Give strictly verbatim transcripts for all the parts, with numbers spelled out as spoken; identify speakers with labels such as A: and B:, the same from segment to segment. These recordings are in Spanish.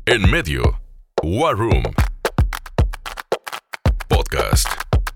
A: En medio, War Room Podcast.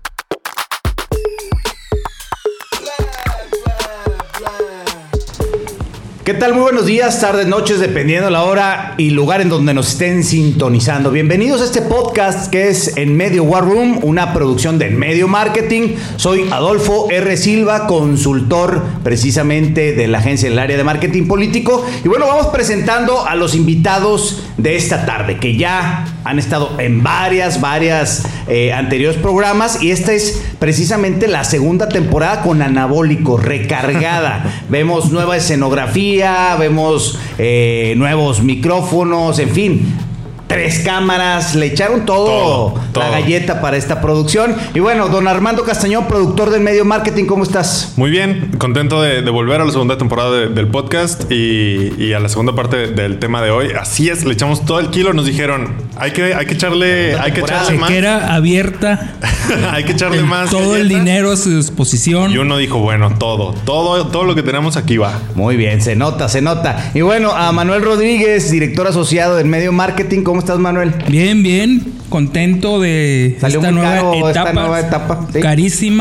B: ¿Qué tal? Muy buenos días, tardes, noches, dependiendo la hora y lugar en donde nos estén sintonizando. Bienvenidos a este podcast que es En Medio War Room, una producción de En Medio Marketing. Soy Adolfo R. Silva, consultor precisamente de la agencia del área de marketing político. Y bueno, vamos presentando a los invitados de esta tarde, que ya han estado en varias, varias eh, anteriores programas. Y esta es precisamente la segunda temporada con Anabólico, recargada. Vemos nueva escenografía, vemos eh, nuevos micrófonos, en fin, tres cámaras, le echaron todo, todo, todo la galleta para esta producción. Y bueno, don Armando Castañón, productor del Medio Marketing, ¿cómo estás?
C: Muy bien, contento de, de volver a la segunda temporada de, del podcast y, y a la segunda parte de, del tema de hoy. Así es, le echamos todo el kilo, nos dijeron, hay que, hay que echarle, hay que echarle más.
D: Chequera abierta.
C: Hay que echarle más.
D: Todo galleta. El dinero a su disposición.
C: Y uno dijo, bueno, todo, todo, todo lo que tenemos aquí va.
B: Muy bien, se nota, se nota. Y bueno, a Manuel Rodríguez, director asociado del Medio Marketing, ¿cómo estás, Manuel?
D: Bien, bien, contento de
B: Salió
D: esta, nueva
B: caro,
D: etapa,
B: esta nueva etapa, ¿sí?
D: Carísima.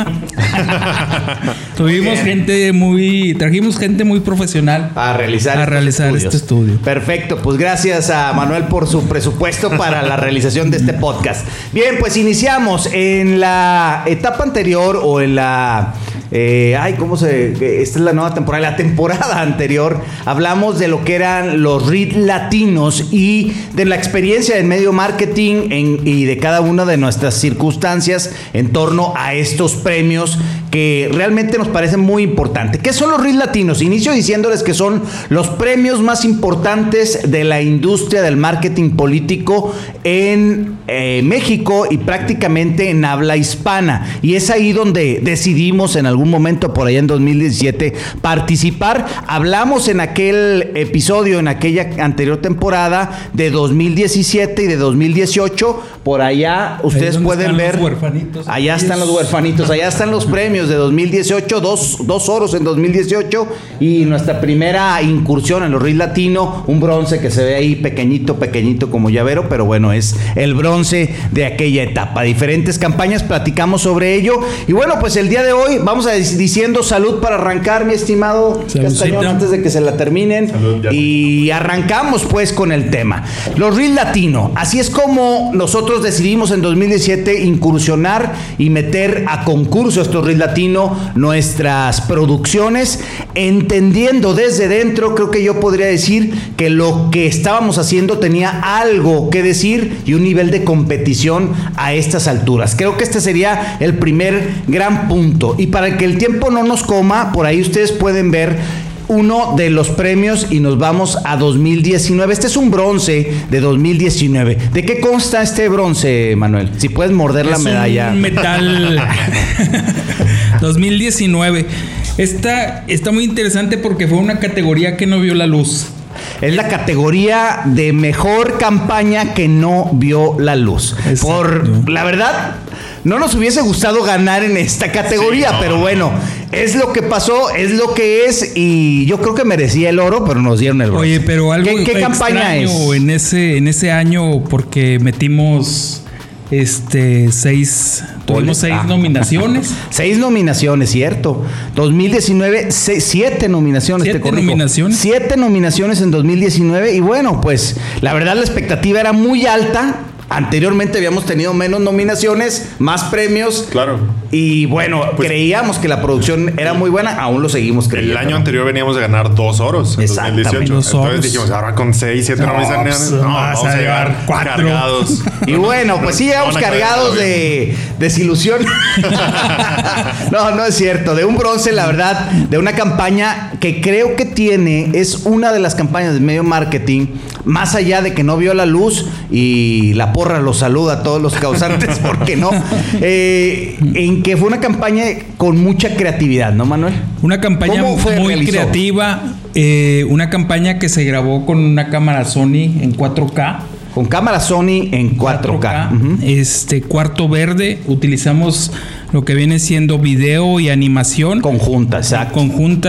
D: Tuvimos gente muy, trajimos gente muy profesional
B: a realizar,
D: a realizar este estudio.
B: Perfecto, pues gracias a Manuel por su presupuesto para la realización de este podcast. Bien, pues iniciamos en la etapa anterior o en la Eh, ay, ¿cómo se...? Esta es la nueva temporada. La temporada anterior hablamos de lo que eran los R I D latinos y de la experiencia del medio marketing en, y de cada una de nuestras circunstancias en torno a estos premios que realmente nos parecen muy importantes. ¿Qué son los R I D latinos? Inicio diciéndoles que son los premios más importantes de la industria del marketing político en eh, México y prácticamente en habla hispana. Y es ahí donde decidimos en algún momento por allá en dos mil diecisiete participar. Hablamos en aquel episodio, en aquella anterior temporada de dos mil diecisiete y de dos mil dieciocho. Por allá ustedes pueden ver. Allá están los huerfanitos, allá están los premios de dos mil dieciocho, dos, dos oros en dos mil dieciocho y nuestra primera incursión en los R I D latino, un bronce que se ve ahí pequeñito, pequeñito como llavero, pero bueno, es el bronce de aquella etapa. Diferentes campañas, platicamos sobre ello. Y bueno, pues el día de hoy vamos a diciendo salud para arrancar, mi estimado Castañón, antes de que se la terminen. Salud, y arrancamos pues con el tema. Los R I D latino, así es como nosotros decidimos en dos mil diecisiete incursionar y meter a concurso estos R I D latino nuestras producciones, entendiendo desde dentro, creo que yo podría decir que lo que estábamos haciendo tenía algo que decir y un nivel de competición a estas alturas. Creo que este sería el primer gran punto. Y para que el tiempo no nos coma, por ahí ustedes pueden ver uno de los premios y nos vamos a dos mil diecinueve. Este es un bronce de dos mil diecinueve. ¿De qué consta este bronce, Manuel? Si puedes morder es la medalla.
D: Un metal dos mil diecinueve. Esta está muy interesante porque fue una categoría que no vio la luz.
B: Es la categoría de mejor campaña que no vio la luz. Exacto. Por la verdad, no nos hubiese gustado ganar en esta categoría, sí, no. Pero bueno, es lo que pasó, es lo que es y yo creo que merecía el oro, pero nos dieron el bronce.
D: Oye, pero algo
B: ¿Qué, qué campaña es?
D: En ese, en ese año porque metimos este seis, tuvimos seis ah. nominaciones.
B: Seis nominaciones, cierto. dos mil diecinueve, seis, siete nominaciones.
D: Siete
B: te
D: nominaciones.
B: Siete nominaciones en dos mil diecinueve y bueno, pues la verdad la expectativa era muy alta. Anteriormente habíamos tenido menos nominaciones, más premios.
C: Claro.
B: Y bueno, pues, creíamos que la producción era muy buena, aún lo seguimos creyendo.
C: El año anterior veníamos de ganar dos oros. En dos mil dieciocho. Dos oros. Entonces dijimos, ahora con seis, siete no, nominaciones, no, vamos a llegar cuatro. Cargados.
B: Y bueno, pues sí llegamos cargados de desilusión. No, no es cierto. De un bronce, la verdad, de una campaña que creo que tiene, es una de las campañas de medio marketing, más allá de que no vio la luz y la porra los saluda a todos los causantes, ¿por qué no? Eh, en que fue una campaña con mucha creatividad, ¿no, Manuel?
D: Una campaña muy realizó? creativa, eh, una campaña que se grabó con una cámara Sony en cuatro K.
B: Con cámara Sony en cuatro K. cuatro K.
D: Uh-huh. Este cuarto verde, utilizamos lo que viene siendo video y animación.
B: Conjuntas, exacto.
D: Conjuntas.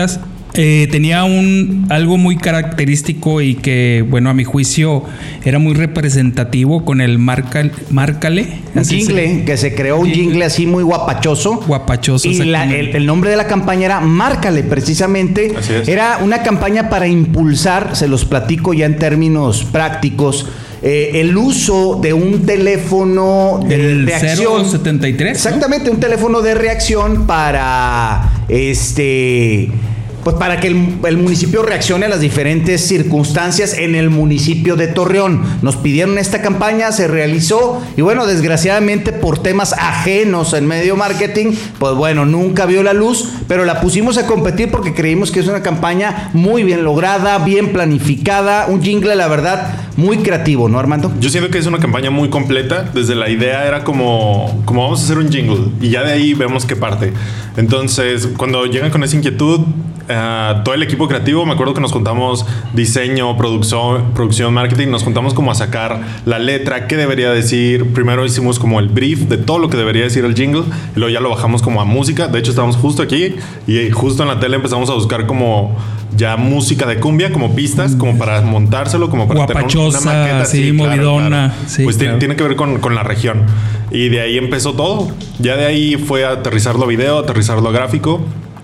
D: Eh, tenía un algo muy característico y que, bueno, a mi juicio era muy representativo con el marca, Márcale.
B: Un jingle, se, que se creó un jingle, jingle así muy guapachoso.
D: Guapachoso.
B: Y la, el, el nombre de la campaña era Márcale, precisamente.
C: Así es.
B: Era una campaña para impulsar, se los platico ya en términos prácticos, Eh, el uso de un teléfono de
D: el
B: reacción.
D: cero setenta y tres,
B: Exactamente,
D: ¿no?
B: Un teléfono de reacción para este. Pues para que el, el municipio reaccione a las diferentes circunstancias en el municipio de Torreón. Nos pidieron esta campaña, se realizó y bueno, desgraciadamente por temas ajenos en medio marketing, pues bueno, nunca vio la luz, pero la pusimos a competir porque creímos que es una campaña muy bien lograda, bien planificada, un jingle, la verdad, muy creativo, ¿no, Armando?
C: Yo siento que es una campaña muy completa. Desde la idea era como, como vamos a hacer un jingle y ya de ahí vemos qué parte. Entonces, cuando llegan con esa inquietud, Uh, todo el equipo creativo, me acuerdo que nos juntamos diseño, producción, producción, marketing, nos juntamos como a sacar la letra, qué debería decir. Primero hicimos como el brief de todo lo que debería decir el jingle y luego ya lo bajamos como a música. De hecho, estábamos justo aquí y justo en la tele empezamos a buscar como ya música de cumbia, como pistas, como para montárselo, como para
D: guapachosa,
C: tener una maqueta.
D: Sí,
C: sí,
D: movidona.
C: Claro, claro.
D: Sí,
C: pues
D: claro.
C: tiene que ver con, con la región. Y de ahí empezó todo. Ya de ahí fue aterrizarlo a video, aterrizarlo a gráfico.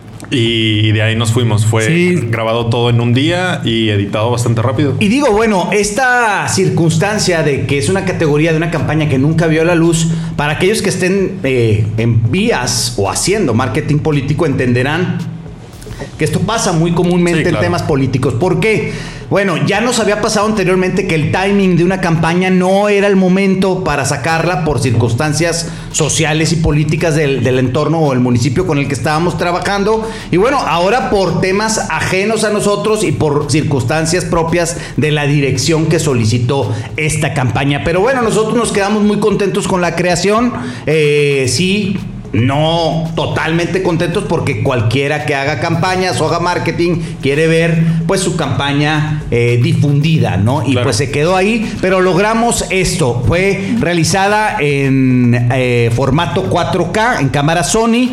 C: Y de ahí nos fuimos. Fue sí. grabado todo en un día y editado bastante rápido.
B: Y digo, bueno, esta circunstancia de que es una categoría de una campaña que nunca vio la luz, para aquellos que estén eh, en vías o haciendo marketing político entenderán que esto pasa muy comúnmente sí, claro. en temas políticos. ¿Por qué? Bueno, ya nos había pasado anteriormente que el timing de una campaña no era el momento para sacarla por circunstancias sociales y políticas del, del entorno o el municipio con el que estábamos trabajando. Y bueno, ahora por temas ajenos a nosotros y por circunstancias propias de la dirección que solicitó esta campaña. Pero bueno, nosotros nos quedamos muy contentos con la creación. Eh, sí... No totalmente contentos porque cualquiera que haga campañas o haga marketing quiere ver pues su campaña eh, difundida, ¿no? Y claro. pues se quedó ahí, pero logramos esto. Fue realizada en eh, formato cuatro K, en cámara Sony,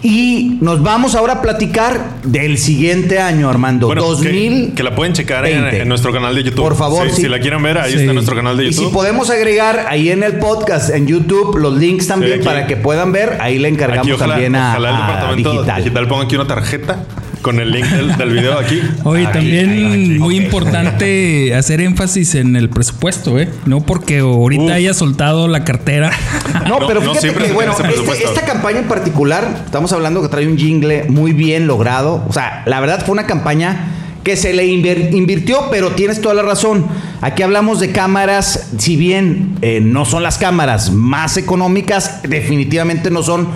B: y nos vamos ahora a platicar del siguiente año, Armando.
C: Bueno,
B: dos mil
C: que, que la pueden checar en, en nuestro canal de YouTube.
B: Por favor,
C: sí,
B: sí.
C: Si la quieren ver, ahí sí. está nuestro canal de YouTube.
B: Y si podemos agregar ahí en el podcast, en YouTube, los links también sí, para que puedan ver, ahí le encargamos aquí, ojalá, también a,
C: ojalá el departamento
B: a digital.
C: digital ponga aquí una tarjeta con el link del, del video aquí.
D: Oye,
C: aquí,
D: también
C: aquí, aquí,
D: muy
C: okay.
D: importante hacer énfasis en el presupuesto, ¿eh? No porque ahorita Uf. haya soltado la cartera.
B: No, pero no, fíjate no que, bueno, este, esta campaña en particular, estamos hablando que trae un jingle muy bien logrado. O sea, la verdad fue una campaña que se le invirtió, pero tienes toda la razón. Aquí hablamos de cámaras, si bien eh, no son las cámaras más económicas, definitivamente no son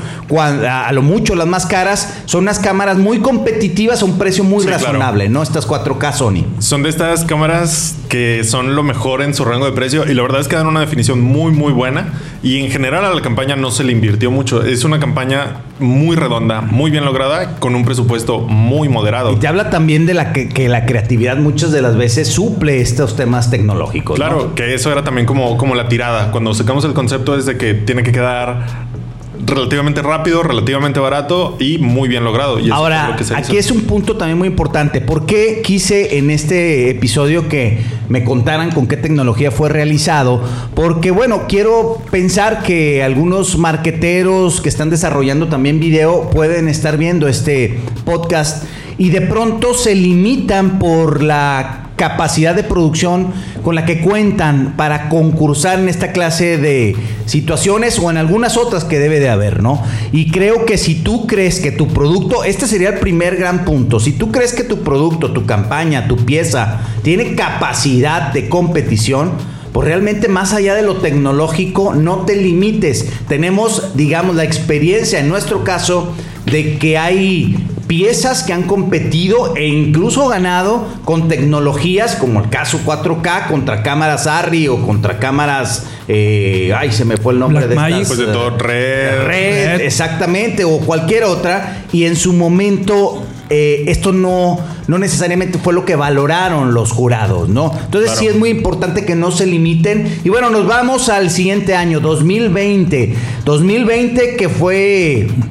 B: a lo mucho las más caras, son unas cámaras muy competitivas a un precio muy sí, razonable, claro. ¿no? Estas cuatro K Sony.
C: Son de estas cámaras que son lo mejor en su rango de precio y la verdad es que dan una definición muy, muy buena y en general a la campaña no se le invirtió mucho. Es una campaña muy redonda, muy bien lograda, con un presupuesto muy moderado.
B: Y te habla también de la que, que la creatividad muchas de las veces suple estos temas tecnológicos.
C: Claro, ¿no? Que eso era también como, como la tirada. Cuando sacamos el concepto es de que tiene que quedar relativamente rápido, relativamente barato y muy bien logrado. Y
B: ahora, es lo que se aquí hizo. Es un punto también muy importante. ¿Por qué quise en este episodio que me contaran con qué tecnología fue realizado? Porque, bueno, quiero pensar que algunos marqueteros que están desarrollando también video pueden estar viendo este podcast y de pronto se limitan por la capacidad de producción con la que cuentan para concursar en esta clase de situaciones o en algunas otras que debe de haber, ¿no? Y creo que si tú crees que tu producto, este sería el primer gran punto, si tú crees que tu producto, tu campaña, tu pieza tiene capacidad de competición, pues realmente más allá de lo tecnológico no te limites. Tenemos, digamos, la experiencia en nuestro caso de que hay piezas que han competido e incluso ganado con tecnologías como el caso cuatro K contra cámaras Arri o contra cámaras eh, ay se me fue el nombre
D: Black
B: de estas,
C: pues de todo Red,
B: Red, Red exactamente, o cualquier otra, y en su momento eh, esto no, no necesariamente fue lo que valoraron los jurados, ¿no? Entonces claro. sí es muy importante que no se limiten. Y bueno, nos vamos al siguiente año, dos mil veinte dos mil veinte, que fue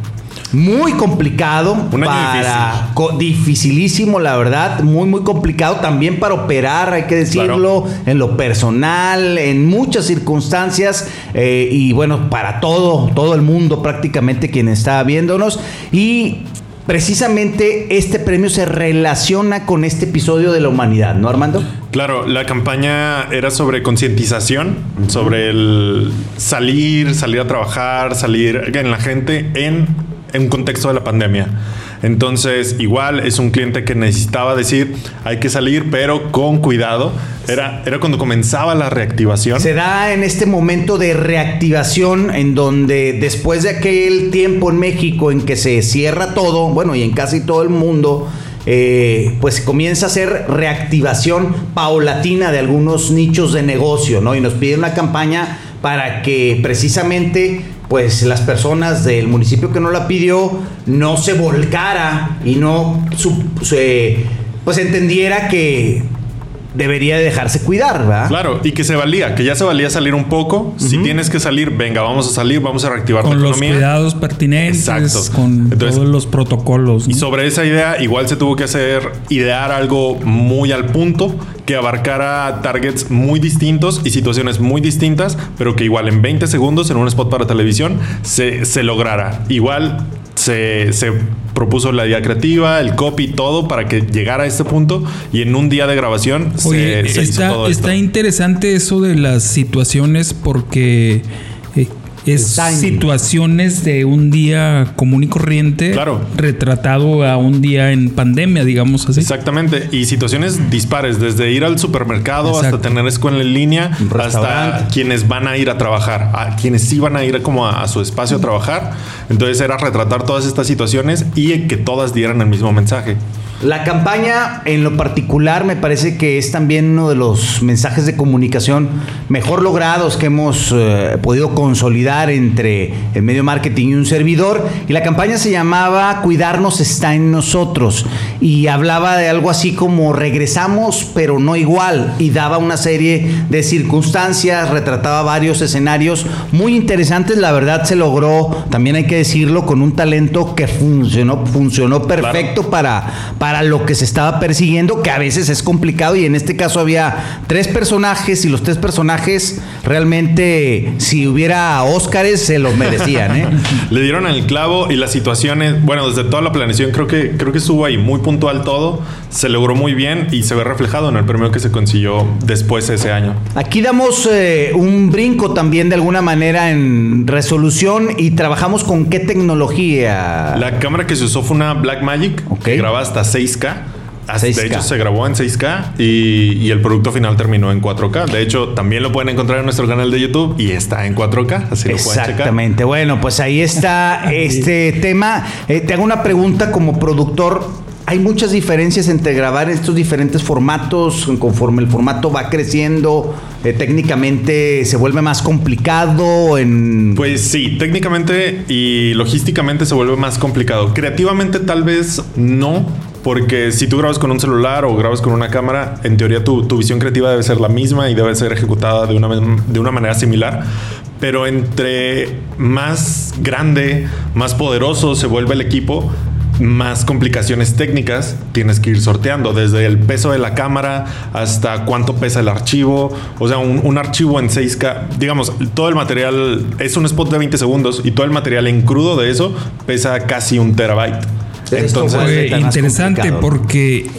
B: muy complicado.
C: Un año
B: para co- dificilísimo, la verdad, muy muy complicado también para operar, hay que decirlo, claro. En lo personal, en muchas circunstancias, eh, y bueno, para todo todo el mundo prácticamente quien está viéndonos. Y precisamente este premio se relaciona con este episodio de la humanidad, ¿no, Armando?
C: Claro, la campaña era sobre concientización, sobre el salir, salir a trabajar, salir en la gente en en un contexto de la pandemia. Entonces, igual es un cliente que necesitaba decir, hay que salir, pero con cuidado. Era, era cuando comenzaba la reactivación.
B: Se da en este momento de reactivación en donde después de aquel tiempo en México en que se cierra todo, bueno, y en casi todo el mundo, eh, pues comienza a hacer reactivación paulatina de algunos nichos de negocio, ¿no? Y nos pide una campaña para que precisamente pues las personas del municipio que no la pidió no se volcara y no su, se, pues entendiera que debería de dejarse cuidar, ¿verdad?
C: Claro, y que se valía, que ya se valía salir un poco. Uh-huh. Si tienes que salir, venga, vamos a salir, vamos a reactivar
D: con
C: tu
D: los
C: economía.
D: Cuidados pertinentes,
C: exacto,
D: con Entonces, todos los protocolos, ¿no?
C: Y sobre esa idea, igual se tuvo que hacer, idear algo muy al punto, que abarcara targets muy distintos y situaciones muy distintas, pero que igual en veinte segundos en un spot para televisión se, se lograra. Igual se, se propuso la idea creativa, el copy, todo para que llegara a este punto, y en un día de grabación
D: Oye,
C: se, se
D: está,
C: hizo todo esto.
D: Está interesante eso de las situaciones porque eh, es situaciones de un día común y corriente,
C: claro,
D: retratado a un día en pandemia, digamos así.
C: Exactamente, y situaciones dispares, desde ir al supermercado, exacto, hasta tener escuela en línea, hasta quienes van a ir a trabajar, a quienes sí van a ir como a, a su espacio a trabajar. Entonces era retratar todas estas situaciones y que todas dieran el mismo mensaje.
B: La campaña en lo particular me parece que es también uno de los mensajes de comunicación mejor logrados que hemos eh, podido consolidar entre el medio marketing y un servidor. Y la campaña se llamaba Cuidarnos está en nosotros, y hablaba de algo así como regresamos pero no igual, y daba una serie de circunstancias, retrataba varios escenarios muy interesantes. La verdad se logró, también hay que decirlo, con un talento que funcionó, funcionó perfecto, claro, para, para para lo que se estaba persiguiendo, que a veces es complicado, y en este caso había tres personajes, y los tres personajes realmente, si hubiera Óscares, se los merecían, ¿eh?
C: Le dieron el clavo, y las situaciones, bueno, desde toda la planeación creo que, creo que estuvo ahí muy puntual todo, se logró muy bien y se ve reflejado en el premio que se consiguió después de ese año.
B: Aquí damos eh, un brinco también de alguna manera en resolución, y trabajamos con ¿qué tecnología?
C: La cámara que se usó fue una Blackmagic, okay, que graba hasta seis K. seis K. De hecho, se grabó en seis K y, y el producto final terminó en cuatro K. De hecho, también lo pueden encontrar en nuestro canal de YouTube y está en cuatro K, así lo pueden checar.
B: Exactamente. Bueno, pues ahí está este tema. Eh, te hago una pregunta como productor. ¿Hay muchas diferencias entre grabar estos diferentes formatos? Conforme el formato va creciendo, eh, técnicamente se vuelve más complicado. En...
C: Pues sí, técnicamente y logísticamente se vuelve más complicado. Creativamente tal vez no, porque si tú grabas con un celular o grabas con una cámara, en teoría tu, tu visión creativa debe ser la misma y debe ser ejecutada de una, de una manera similar. Pero entre más grande, más poderoso se vuelve el equipo, más complicaciones técnicas tienes que ir sorteando, desde el peso de la cámara hasta cuánto pesa el archivo. O sea, un, un archivo en seis K, digamos, todo el material es un spot de veinte segundos y todo el material en crudo de eso pesa casi un terabyte.
D: Entonces fue interesante porque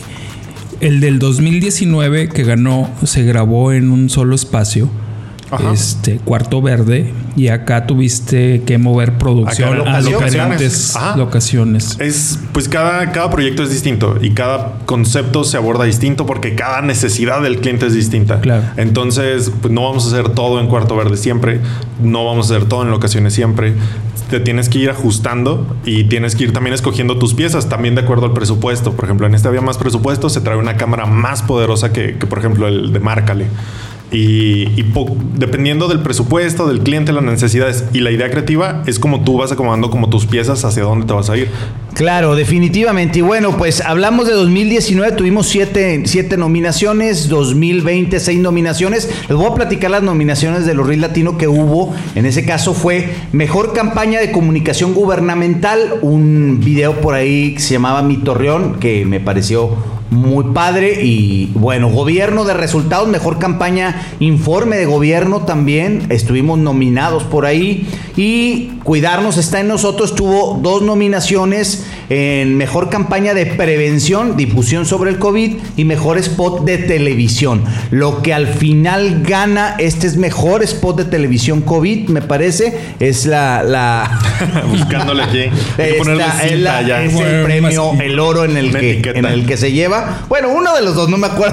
D: el del dos mil diecinueve que ganó se grabó en un solo espacio. Ajá. Este cuarto verde, y acá tuviste que mover producción a diferentes Ajá. locaciones.
C: Es pues cada, cada proyecto es distinto y cada concepto se aborda distinto porque cada necesidad del cliente es distinta.
D: Claro.
C: Entonces, pues no vamos a hacer todo en cuarto verde siempre, no vamos a hacer todo en locaciones siempre. Te tienes que ir ajustando y tienes que ir también escogiendo tus piezas también de acuerdo al presupuesto. Por ejemplo, en este había más presupuesto, se trae una cámara más poderosa que, que por ejemplo, el de Márcale. Y, y po- dependiendo del presupuesto, del cliente, las necesidades y la idea creativa, es como tú vas acomodando como tus piezas hacia dónde te vas a ir.
B: Claro, definitivamente. Y bueno, pues hablamos de dos mil diecinueve, tuvimos siete, siete nominaciones, dos mil veinte, seis nominaciones. Les voy a platicar las nominaciones de los R I S Latino que hubo. En ese caso fue Mejor Campaña de Comunicación Gubernamental, un video por ahí que se llamaba Mi Torreón, que me pareció muy padre. Y bueno, Gobierno de Resultados, Mejor Campaña, Informe de Gobierno también, estuvimos nominados por ahí. Y Cuidarnos está en nosotros, tuvo dos nominaciones en Mejor Campaña de Prevención, Difusión sobre el COVID y Mejor Spot de Televisión. Lo que al final gana, este es Mejor Spot de Televisión COVID, me parece, es la... la
C: Buscándole aquí. Hay que ponerle
B: Esta
C: cinta
B: es, la,
C: ya.
B: es el premio, el oro en el,
C: Una
B: que,
C: etiqueta.
B: en el que se lleva. Bueno, uno de los dos, no me acuerdo.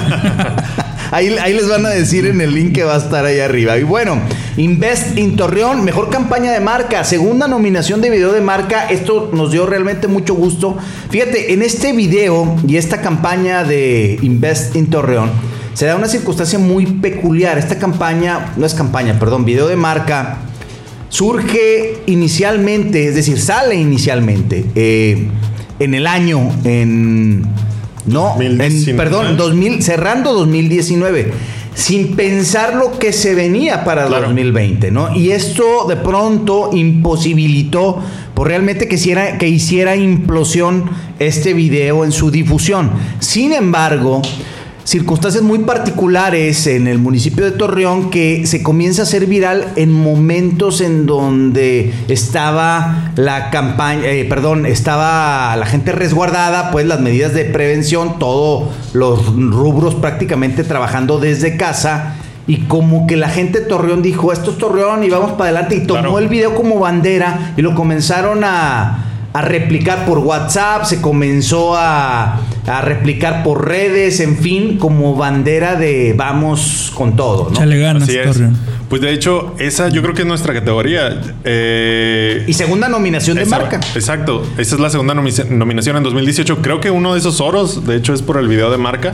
B: Ahí, ahí les van a decir en el link que va a estar ahí arriba. Y bueno, Invest in Torreón, Mejor Campaña de Marca, segunda nominación de video de marca. Esto nos dio realmente mucho gusto. Fíjate, en este video y esta campaña de Invest in Torreón se da una circunstancia muy peculiar. Esta campaña, no es campaña, perdón, video de marca, surge inicialmente, es decir, sale inicialmente eh, en el año, en... No, en, perdón, dos mil, cerrando dos mil diecinueve, sin pensar lo que se venía para claro. dos mil veinte, ¿no? Y esto de pronto imposibilitó, pues realmente que hiciera, que hiciera implosión este video en su difusión. Sin embargo, circunstancias muy particulares en el municipio de Torreón que se comienza a hacer viral en momentos en donde estaba la campaña, eh, perdón, estaba la gente resguardada, pues las medidas de prevención, todos los rubros prácticamente trabajando desde casa. Y como que la gente de Torreón dijo, esto es Torreón y vamos para adelante. Y tomó claro. el video como bandera y lo comenzaron a... a replicar por WhatsApp, se comenzó a, a replicar por redes, en fin, como bandera de vamos con todo, ¿no?
D: Chale ganas, Torreón.
C: Pues de hecho, esa yo creo que es nuestra categoría. Eh,
B: y segunda nominación de
C: esa,
B: marca.
C: Exacto, esa es la segunda nomi- nominación en dos mil dieciocho. Creo que uno de esos oros, de hecho, es por el video de marca.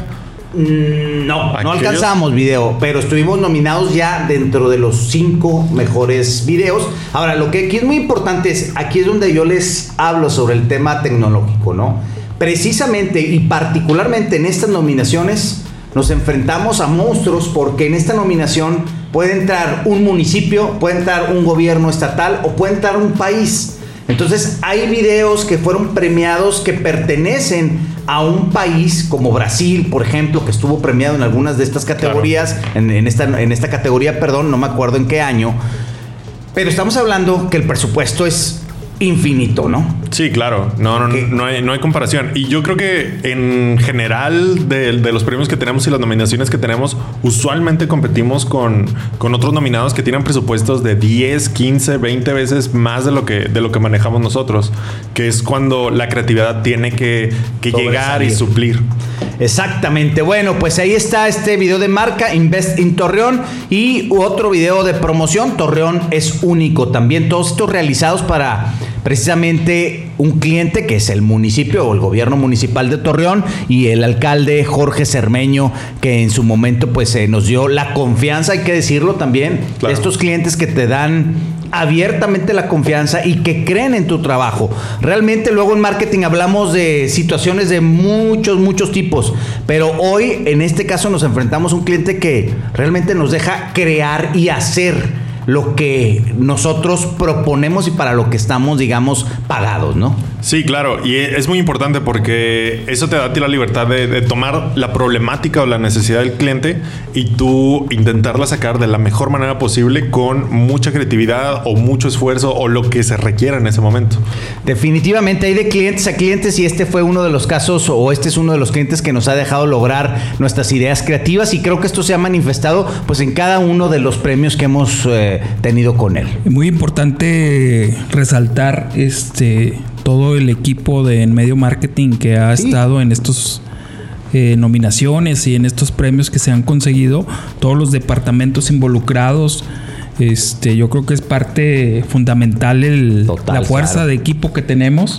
B: No, no alcanzamos video, pero estuvimos nominados ya dentro de los cinco mejores videos. Ahora, lo que aquí es muy importante es, aquí es donde yo les hablo sobre el tema tecnológico, ¿no? Precisamente y particularmente en estas nominaciones nos enfrentamos a monstruos, porque en esta nominación puede entrar un municipio, puede entrar un gobierno estatal o puede entrar un país. Entonces hay videos que fueron premiados que pertenecen a un país como Brasil, por ejemplo, que estuvo premiado en algunas de estas categorías, claro. en, en, esta, en esta categoría, perdón, no me acuerdo en qué año, pero estamos hablando que el presupuesto es infinito, ¿no?
C: Sí, claro, no, no, no, hay, no hay comparación. Y yo creo que en general de, de los premios que tenemos y las nominaciones que tenemos, usualmente competimos con, con otros nominados que tienen presupuestos de diez, quince, veinte veces más de lo que, de lo que manejamos nosotros, que es cuando la creatividad tiene que, que llegar y suplir.
B: Exactamente. Bueno, pues ahí está este video de marca, Invest in Torreón, y otro video de promoción, Torreón es único. También todos estos realizados para precisamente un cliente que es el municipio o el gobierno municipal de Torreón y el alcalde Jorge Cermeño, que en su momento pues eh, nos dio la confianza, hay que decirlo también, claro. estos clientes que te dan abiertamente la confianza y que creen en tu trabajo. Realmente luego en marketing hablamos de situaciones de muchos, muchos tipos, pero hoy en este caso nos enfrentamos a un cliente que realmente nos deja crear y hacer lo que nosotros proponemos y para lo que estamos, digamos, pagados, ¿no?
C: Sí, claro, y es muy importante porque eso te da a ti la libertad de, de tomar la problemática o la necesidad del cliente y tú intentarla sacar de la mejor manera posible con mucha creatividad o mucho esfuerzo o lo que se requiera en ese momento.
B: Definitivamente hay de clientes a clientes y este fue uno de los casos o este es uno de los clientes que nos ha dejado lograr nuestras ideas creativas y creo que esto se ha manifestado pues en cada uno de los premios que hemos eh, tenido con él.
D: Muy importante resaltar este todo el equipo de En Medio Marketing que ha sí. estado en estos eh, nominaciones y en estos premios que se han conseguido, todos los departamentos involucrados. Este, yo creo que es parte fundamental el, Total, la fuerza claro. de equipo que tenemos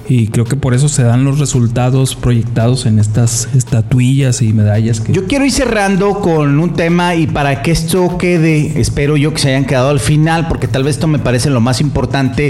D: Y creo que por eso se dan los resultados proyectados en estas estatuillas y medallas. Que...
B: Yo quiero ir cerrando con un tema y para que esto quede, espero yo que se hayan quedado al final, porque tal vez esto me parece lo más importante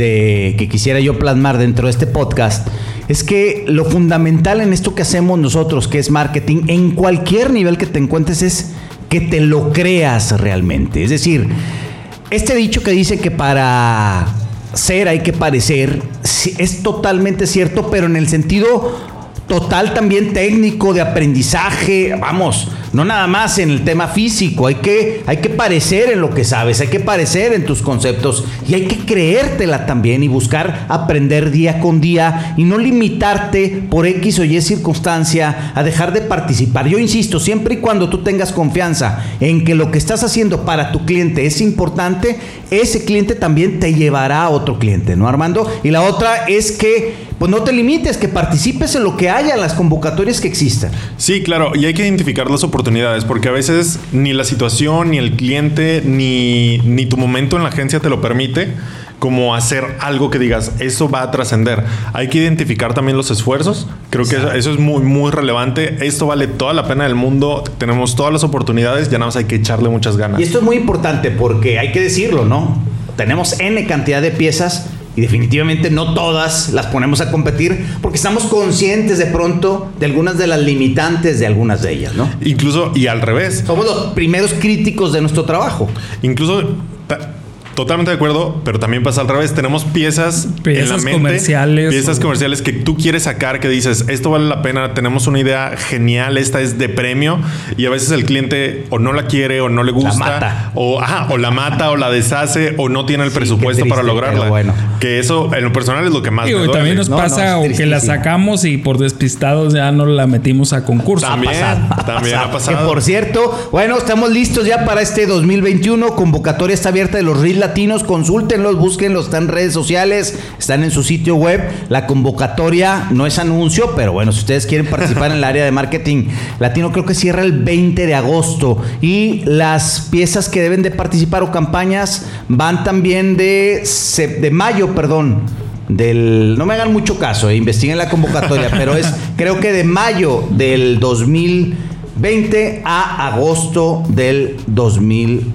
B: de que quisiera yo plasmar dentro de este podcast, es que lo fundamental en esto que hacemos nosotros, que es marketing, en cualquier nivel que te encuentres, es que te lo creas realmente. Es decir, este dicho que dice que para ser hay que parecer, es totalmente cierto, pero en el sentido total también técnico, de aprendizaje, vamos, no nada más en el tema físico, hay que, hay que parecer en lo que sabes, hay que parecer en tus conceptos y hay que creértela también y buscar aprender día con día y no limitarte por X o Y circunstancia a dejar de participar. Yo insisto, siempre y cuando tú tengas confianza en que lo que estás haciendo para tu cliente es importante, ese cliente también te llevará a otro cliente, ¿no, Armando? Y la otra es que pues no te limites, que participes en lo que haya, en las convocatorias que existan.
C: Sí, claro, y hay que identificar las oportunidades, porque a veces ni la situación, ni el cliente, ni, ni tu momento en la agencia te lo permite, como hacer algo que digas, eso va a trascender. Hay que identificar también los esfuerzos. Creo que eso, eso es muy, muy relevante. Esto vale toda la pena del mundo. Tenemos todas las oportunidades, ya nada más hay que echarle muchas ganas.
B: Y esto es muy importante porque hay que decirlo, ¿no? Tenemos N cantidad de piezas y definitivamente no todas las ponemos a competir porque estamos conscientes de pronto de algunas de las limitantes de algunas de ellas, ¿no?
C: Incluso, y al revés.
B: Somos los primeros críticos de nuestro trabajo.
C: Incluso... Totalmente de acuerdo, pero también pasa al revés. Tenemos piezas,
D: piezas
C: en la mente,
D: comerciales.
C: Piezas o... comerciales que tú quieres sacar, que dices, esto vale la pena, tenemos una idea genial, esta es de premio, y a veces el cliente o no la quiere o no le gusta.
B: La mata.
C: O, ajá, o la mata o la deshace o no tiene el sí, presupuesto triste, para lograrla.
B: Bueno.
C: Que eso en lo personal es lo que más
D: Digo,
C: me duele.
D: También nos
B: no,
D: pasa
B: no,
D: o que la sacamos y por despistados ya no la metimos a concurso.
C: También,
B: ha pasado,
C: también
B: ha pasado.
C: ha pasado.
B: Que por cierto, bueno, estamos listos ya para este dos mil veintiuno. Convocatoria está abierta de los R I L Latinos. Consulten. Búsquenlos, están en redes sociales, están en su sitio web. La convocatoria no es anuncio, pero bueno, si ustedes quieren participar en el área de marketing latino, creo que cierra el veinte de agosto. Y las piezas que deben de participar o campañas van también de, de mayo, perdón. Del, no me hagan mucho caso, eh, investiguen la convocatoria, pero es creo que de mayo del dos mil veinte a agosto del dos mil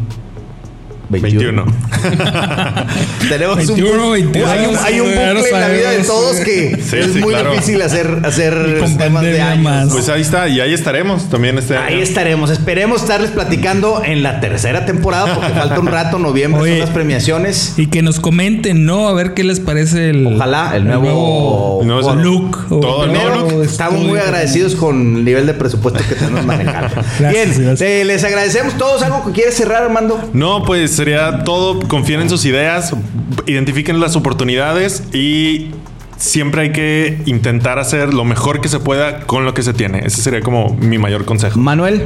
B: veintiuno. Tenemos
D: veintiuno,
B: un,
D: veintidós,
B: hay un, hay un bucle en la vida de todos que sí, es sí, muy claro. difícil hacer, hacer temas de años.
C: Más. Pues ahí está, y ahí estaremos también este
B: Ahí
C: año.
B: estaremos. Esperemos estarles platicando en la tercera temporada, porque falta un rato, noviembre, Oye, son las premiaciones.
D: Y que nos comenten, ¿no? A ver qué les parece el...
B: Ojalá, el nuevo,
D: el nuevo
C: no,
D: look.
C: Todo el nuevo look.
B: Estamos muy agradecidos con el nivel de presupuesto que tenemos manejado. Bien, gracias. Eh, les agradecemos todos. ¿Algo que quieres cerrar, Armando?
C: No, pues sería todo. Confíen en sus ideas, identifiquen las oportunidades y siempre hay que intentar hacer lo mejor que se pueda con lo que se tiene. Ese sería como mi mayor consejo.
B: Manuel.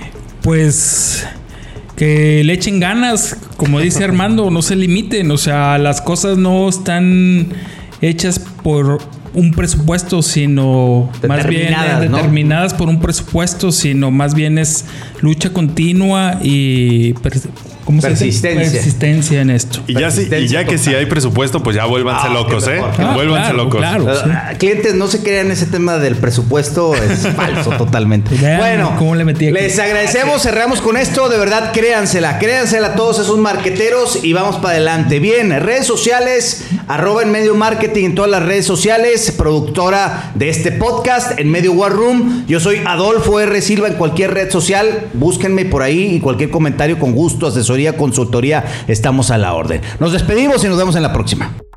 D: Pues que le echen ganas, como dice Armando, no se limiten. O sea, las cosas no están hechas por un presupuesto, sino más bien eh, determinadas, ¿no? Por un presupuesto, sino más bien es lucha continua y ¿cómo
B: persistencia.
D: Se persistencia en esto.
C: Y ya, si, y ya que si hay presupuesto, pues ya vuélvanse ah, locos, ¿eh?
D: Ah,
C: vuélvanse
D: claro,
C: locos.
D: Claro,
B: sí. Clientes, no se crean ese tema del presupuesto, es falso totalmente.
D: Vean,
B: bueno,
D: ¿cómo le metí aquí?
B: Les agradecemos, cerramos con esto, de verdad, créansela, créansela a todos esos marqueteros y vamos para adelante. Bien, redes sociales, arroba en Medio Marketing en todas las redes sociales, productora de este podcast, en Medio War Room. Yo soy Adolfo R. Silva en cualquier red social, búsquenme por ahí y cualquier comentario con gusto, asesoría, consultoría, estamos a la orden. Nos despedimos y nos vemos en la próxima.